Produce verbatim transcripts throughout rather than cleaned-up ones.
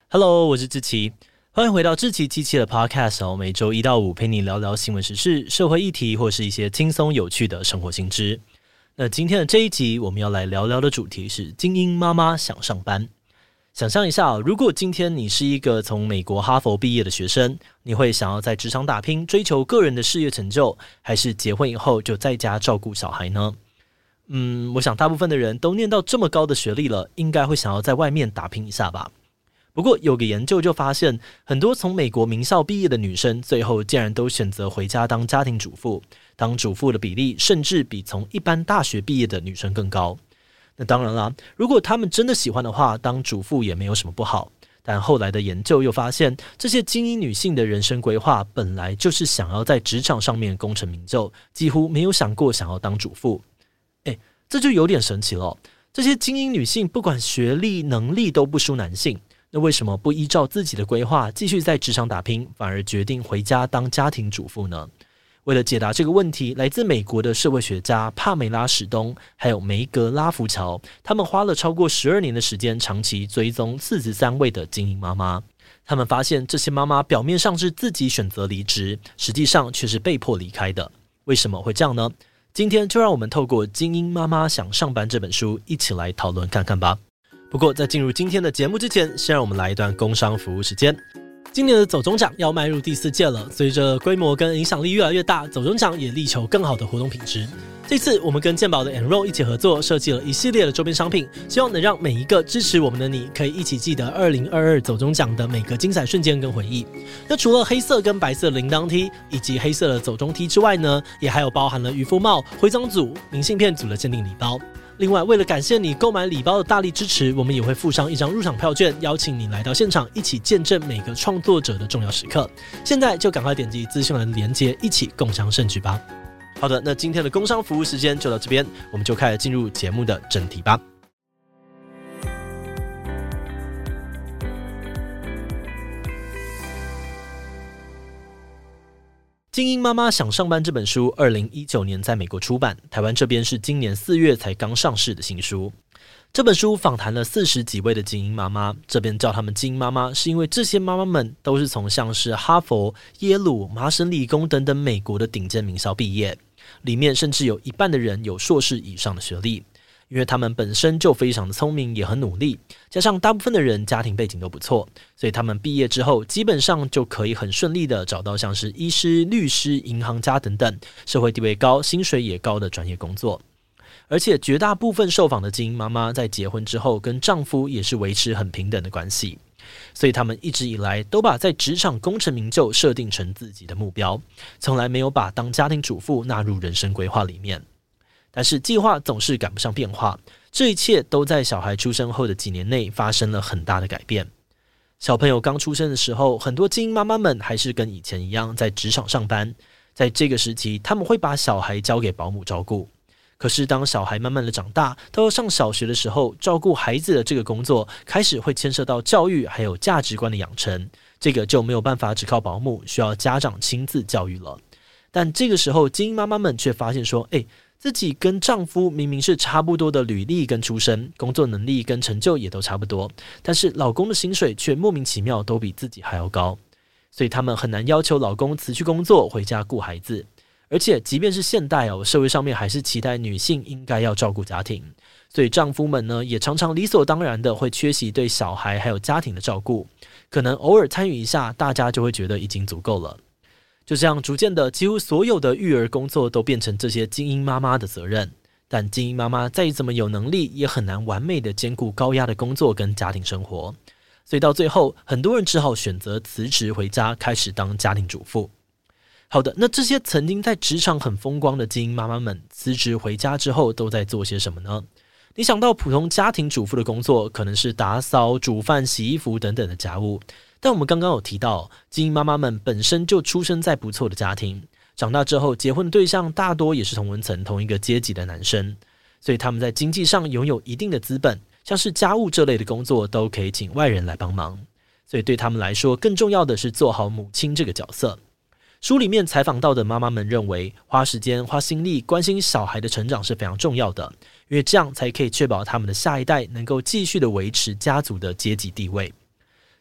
Hello， 我是志祺，欢迎回到志祺七七的 Podcast 哦。每周一到五陪你聊聊新闻时事、社会议题，或是一些轻松有趣的生活新知。那今天的这一集，我们要来聊聊的主题是精英妈妈想上班。想象一下、哦，如果今天你是一个从美国哈佛毕业的学生，你会想要在职场打拼，追求个人的事业成就，还是结婚以后就在家照顾小孩呢？嗯，我想大部分的人都念到这么高的学历了，应该会想要在外面打拼一下吧。不过有个研究就发现，很多从美国名校毕业的女生，最后竟然都选择回家当家庭主妇，当主妇的比例甚至比从一般大学毕业的女生更高。那当然啦，如果她们真的喜欢的话，当主妇也没有什么不好。但后来的研究又发现，这些精英女性的人生规划本来就是想要在职场上面功成名就，几乎没有想过想要当主妇。诶，这就有点神奇了。这些精英女性不管学历能力都不输男性，那为什么不依照自己的规划继续在职场打拼，反而决定回家当家庭主妇呢？为了解答这个问题，来自美国的社会学家帕梅拉·史东还有梅格拉福乔，他们花了超过十二年的时间，长期追踪四十三位的精英妈妈。他们发现，这些妈妈表面上是自己选择离职，实际上却是被迫离开的。为什么会这样呢？今天就让我们透过《精英妈妈想上班》这本书，一起来讨论看看吧。不过在进入今天的节目之前，先让我们来一段工商服务时间。今年的走中奖要迈入第四届了，随着规模跟影响力越来越大，走中奖也力求更好的活动品质。这次我们跟健保的 Enroll 一起合作，设计了一系列的周边商品，希望能让每一个支持我们的你可以一起记得二零二二走中奖的每个精彩瞬间跟回忆。那除了黑色跟白色的铃铛 T 以及黑色的走中 T 之外呢，也还有包含了渔夫帽、徽章组、明信片组的限定礼包。另外，为了感谢你购买礼包的大力支持，我们也会附上一张入场票券，邀请你来到现场，一起见证每个创作者的重要时刻。现在就赶快点击资讯栏的连结，一起共襄盛举吧。好的，那今天的工商服务时间就到这边，我们就开始进入节目的正题吧。精英妈妈想上班这本书二零一九年在美国出版，台湾这边是今年四月才刚上市的新书。这本书访谈了四十几位的精英妈妈，这边叫他们精英妈妈是因为这些妈妈们都是从像是哈佛、耶鲁、麻省理工等等美国的顶尖名校毕业，里面甚至有一半的人有硕士以上的学历。因为他们本身就非常的聪明，也很努力，加上大部分的人家庭背景都不错，所以他们毕业之后基本上就可以很顺利的找到像是医师、律师、银行家等等社会地位高、薪水也高的专业工作。而且绝大部分受访的精英妈妈在结婚之后跟丈夫也是维持很平等的关系，所以他们一直以来都把在职场功成名就设定成自己的目标，从来没有把当家庭主妇纳入人生规划里面。但是计划总是赶不上变化，这一切都在小孩出生后的几年内发生了很大的改变。小朋友刚出生的时候，很多精英妈妈们还是跟以前一样在职场上班，在这个时期他们会把小孩交给保姆照顾。可是当小孩慢慢的长大，到要上小学的时候，照顾孩子的这个工作开始会牵涉到教育还有价值观的养成，这个就没有办法只靠保姆，需要家长亲自教育了。但这个时候精英妈妈们却发现说，诶自己跟丈夫明明是差不多的履历跟出身，工作能力跟成就也都差不多，但是老公的薪水却莫名其妙都比自己还要高，所以他们很难要求老公辞去工作回家顾孩子。而且即便是现代哦，社会上面还是期待女性应该要照顾家庭，所以丈夫们呢也常常理所当然的会缺席对小孩还有家庭的照顾，可能偶尔参与一下，大家就会觉得已经足够了。就这样逐渐的，几乎所有的育儿工作都变成这些精英妈妈的责任。但精英妈妈再怎么有能力，也很难完美的兼顾高压的工作跟家庭生活。所以到最后，很多人只好选择辞职回家，开始当家庭主妇。好的，那这些曾经在职场很风光的精英妈妈们，辞职回家之后都在做些什么呢？你想到普通家庭主妇的工作，可能是打扫、煮饭、洗衣服等等的家务。但我们刚刚有提到，精英妈妈们本身就出生在不错的家庭，长大之后结婚的对象大多也是同温层同一个阶级的男生，所以他们在经济上拥有一定的资本，像是家务这类的工作都可以请外人来帮忙。所以对他们来说，更重要的是做好母亲这个角色。书里面采访到的妈妈们认为，花时间花心力关心小孩的成长是非常重要的，因为这样才可以确保他们的下一代能够继续的维持家族的阶级地位。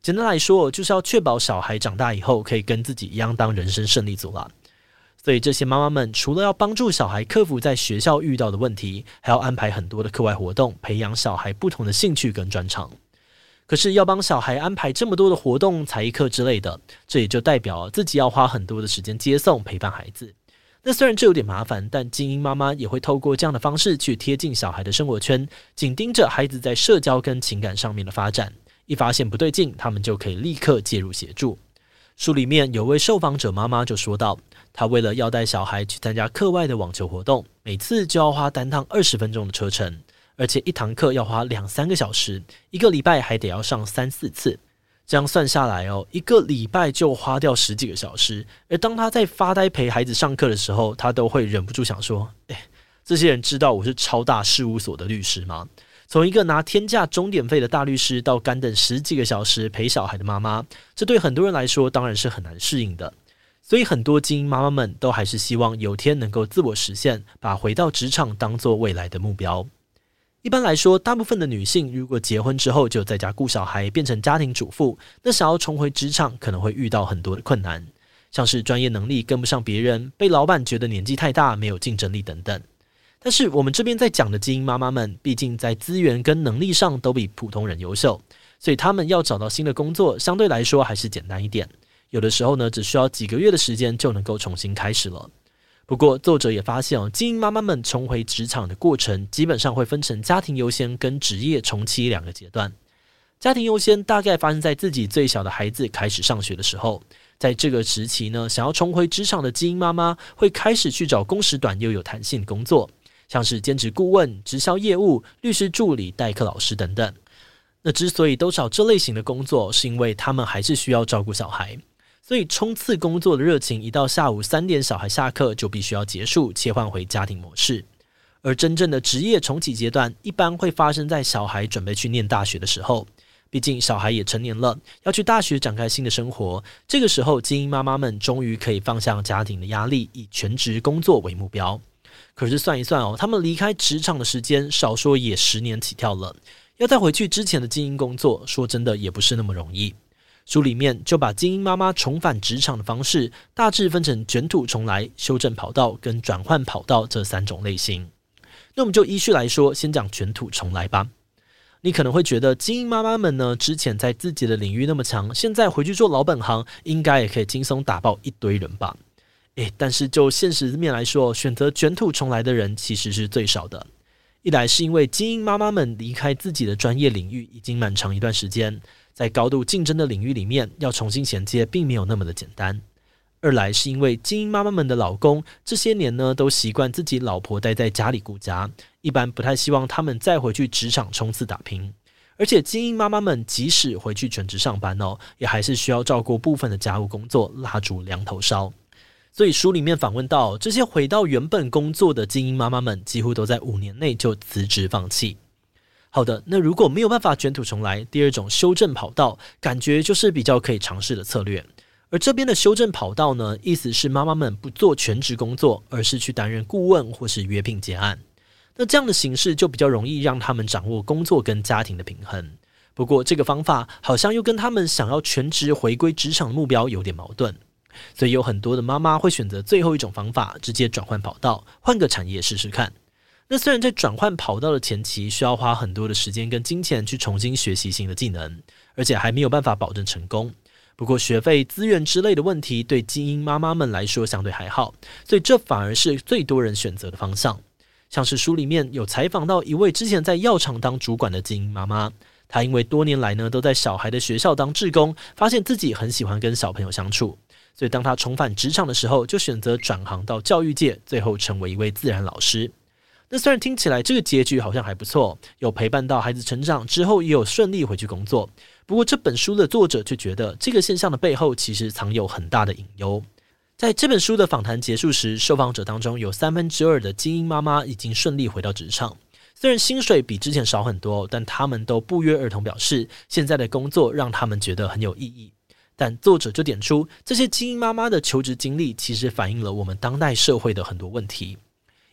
简单来说，就是要确保小孩长大以后可以跟自己一样当人生胜利组啦。所以这些妈妈们除了要帮助小孩克服在学校遇到的问题，还要安排很多的课外活动，培养小孩不同的兴趣跟专长。可是要帮小孩安排这么多的活动、才艺课之类的，这也就代表自己要花很多的时间接送陪伴孩子。那虽然这有点麻烦，但精英妈妈也会透过这样的方式去贴近小孩的生活圈，紧盯着孩子在社交跟情感上面的发展，一发现不对劲，他们就可以立刻介入协助。书里面有位受访者妈妈就说到，她为了要带小孩去参加课外的网球活动，每次就要花单趟二十分钟的车程，而且一堂课要花两三个小时，一个礼拜还得要上三四次。这样算下来哦，一个礼拜就花掉十几个小时。而当他在发呆陪孩子上课的时候，他都会忍不住想说：哎，这些人知道我是超大事务所的律师吗？从一个拿天价钟点费的大律师，到干等十几个小时陪小孩的妈妈，这对很多人来说当然是很难适应的。所以很多精英妈妈们都还是希望有天能够自我实现，把回到职场当作未来的目标。一般来说，大部分的女性如果结婚之后就在家顾小孩，变成家庭主妇，那想要重回职场可能会遇到很多的困难，像是专业能力跟不上别人，被老板觉得年纪太大，没有竞争力等等。但是我们这边在讲的精英妈妈们，毕竟在资源跟能力上都比普通人优秀，所以她们要找到新的工作，相对来说还是简单一点。有的时候呢，只需要几个月的时间就能够重新开始了。不过作者也发现哦，精英妈妈们重回职场的过程基本上会分成家庭优先跟职业重启两个阶段。家庭优先大概发生在自己最小的孩子开始上学的时候，在这个时期呢，想要重回职场的精英妈妈会开始去找工时短又有弹性的工作，像是兼职顾问、直销业务、律师助理、代课老师等等。那之所以都找这类型的工作，是因为他们还是需要照顾小孩，所以冲刺工作的热情一到下午三点小孩下课就必须要结束，切换回家庭模式。而真正的职业重启阶段一般会发生在小孩准备去念大学的时候，毕竟小孩也成年了，要去大学展开新的生活。这个时候精英妈妈们终于可以放下家庭的压力，以全职工作为目标。可是算一算哦，他们离开职场的时间少说也十年起跳了，要再回去之前的精英工作，说真的也不是那么容易。书里面就把精英妈妈重返职场的方式大致分成卷土重来、修正跑道跟转换跑道这三种类型。那我们就依序来说，先讲卷土重来吧。你可能会觉得精英妈妈们呢，之前在自己的领域那么强，现在回去做老本行，应该也可以轻松打爆一堆人吧。诶，但是就现实面来说，选择卷土重来的人其实是最少的。一来是因为精英妈妈们离开自己的专业领域已经蛮长一段时间，在高度竞争的领域里面，要重新衔接并没有那么的简单。二来是因为精英妈妈们的老公这些年呢，都习惯自己老婆待在家里顾家，一般不太希望他们再回去职场冲刺打拼。而且精英妈妈们即使回去全职上班哦，也还是需要照顾部分的家务工作，蜡烛两头烧。所以书里面访问到，这些回到原本工作的精英妈妈们，几乎都在五年内就辞职放弃。好的，那如果没有办法卷土重来，第二种修正跑道，感觉就是比较可以尝试的策略。而这边的修正跑道呢，意思是妈妈们不做全职工作，而是去担任顾问或是约聘结案。那这样的形式就比较容易让他们掌握工作跟家庭的平衡。不过这个方法好像又跟他们想要全职回归职场的目标有点矛盾。所以有很多的妈妈会选择最后一种方法，直接转换跑道，换个产业试试看。那虽然在转换跑道的前期需要花很多的时间跟金钱去重新学习新的技能，而且还没有办法保证成功。不过学费、资源之类的问题对精英妈妈们来说相对还好，所以这反而是最多人选择的方向。像是书里面有采访到一位之前在药厂当主管的精英妈妈，她因为多年来呢都在小孩的学校当志工，发现自己很喜欢跟小朋友相处，所以当他重返职场的时候，就选择转行到教育界，最后成为一位自然老师。那虽然听起来这个结局好像还不错，有陪伴到孩子成长之后，也有顺利回去工作。不过这本书的作者却觉得这个现象的背后其实藏有很大的隐忧。在这本书的访谈结束时，受访者当中有三分之二的精英妈妈已经顺利回到职场。虽然薪水比之前少很多，但他们都不约而同表示，现在的工作让他们觉得很有意义。但作者就点出，这些精英妈妈的求职经历其实反映了我们当代社会的很多问题。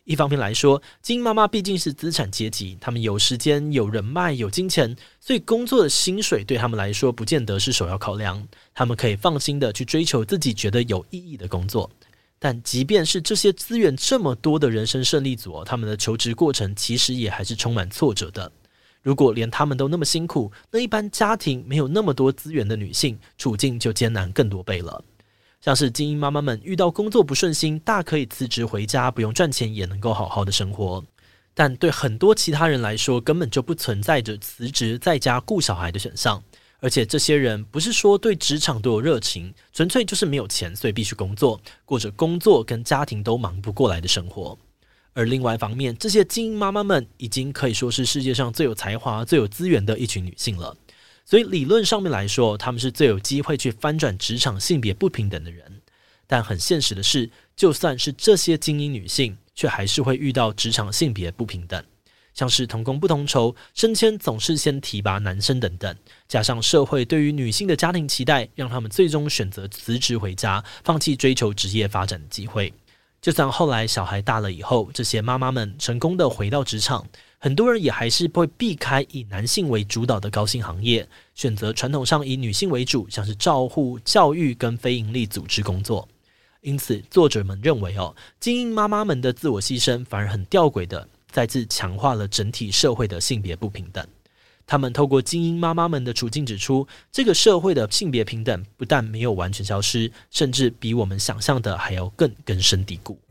一方面来说，精英妈妈毕竟是资产阶级，她们有时间、有人脉、有金钱，所以工作的薪水对她们来说不见得是首要考量，她们可以放心的去追求自己觉得有意义的工作。但即便是这些资源这么多的人生胜利组，他们的求职过程其实也还是充满挫折的。如果连他们都那么辛苦，那一般家庭没有那么多资源的女性，处境就艰难更多倍了。像是精英妈妈们遇到工作不顺心，大可以辞职回家，不用赚钱也能够好好的生活。但对很多其他人来说，根本就不存在着辞职在家顾小孩的选项。而且这些人不是说对职场都有热情，纯粹就是没有钱，所以必须工作，过着工作跟家庭都忙不过来的生活。而另外一方面，这些精英妈妈们已经可以说是世界上最有才华、最有资源的一群女性了。所以理论上面来说，她们是最有机会去翻转职场性别不平等的人。但很现实的是，就算是这些精英女性，却还是会遇到职场性别不平等。像是同工不同酬、升迁总是先提拔男生等等，加上社会对于女性的家庭期待，让他们最终选择辞职回家，放弃追求职业发展的机会。就算后来小孩大了以后，这些妈妈们成功的回到职场，很多人也还是会避开以男性为主导的高薪行业，选择传统上以女性为主，像是照护、教育跟非营利组织工作。因此作者们认为哦，精英妈妈们的自我牺牲反而很吊诡的再次强化了整体社会的性别不平等。他们透过精英妈妈们的处境指出，这个社会的性别平等不但没有完全消失，甚至比我们想象的还要更根深蒂固。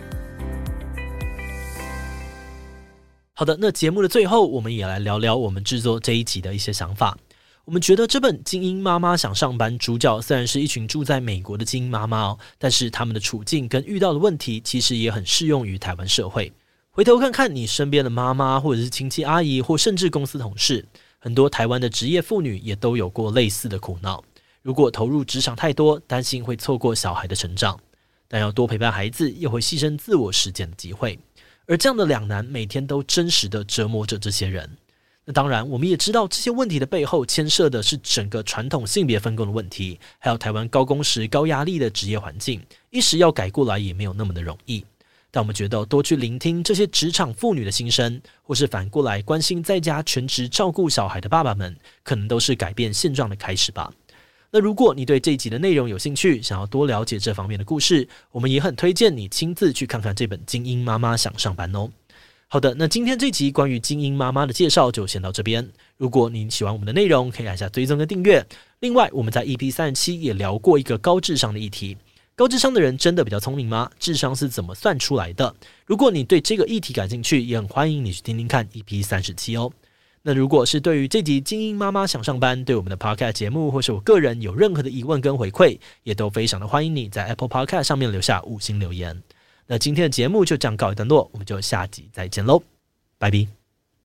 好的，那节目的最后，我们也来聊聊我们制作这一集的一些想法。我们觉得这本《精英妈妈想上班》主角虽然是一群住在美国的精英妈妈哦，但是他们的处境跟遇到的问题其实也很适用于台湾社会。回头看看你身边的妈妈，或者是亲戚阿姨，或甚至公司同事，很多台湾的职业妇女也都有过类似的苦恼。如果投入职场太多，担心会错过小孩的成长，但要多陪伴孩子，又会牺牲自我实践的机会。而这样的两难，每天都真实的折磨着这些人。那当然，我们也知道这些问题的背后牵涉的是整个传统性别分工的问题，还有台湾高工时、高压力的职业环境，一时要改过来也没有那么的容易。但我们觉得多去聆听这些职场妇女的心声，或是反过来关心在家全职照顾小孩的爸爸们，可能都是改变现状的开始吧。那如果你对这一集的内容有兴趣，想要多了解这方面的故事，我们也很推荐你亲自去看看这本《精英妈妈想上班》哦。好的，那今天这集关于精英妈妈的介绍就先到这边。如果你喜欢我们的内容，可以按下追踪跟订阅。另外，我们在 E P 三十七也聊过一个高智商的议题。高智商的人真的比较聪明吗？智商是怎么算出来的？如果你对这个议题感兴趣，也很欢迎你去听听看 E P 三十七哦。那如果是对于这集精英妈妈想上班，对我们的 Podcast 节目或是我个人有任何的疑问跟回馈，也都非常的欢迎你在 Apple Podcast 上面留下五星留言。那今天的节目就这样告一段落，我们就下集再见喽，拜拜。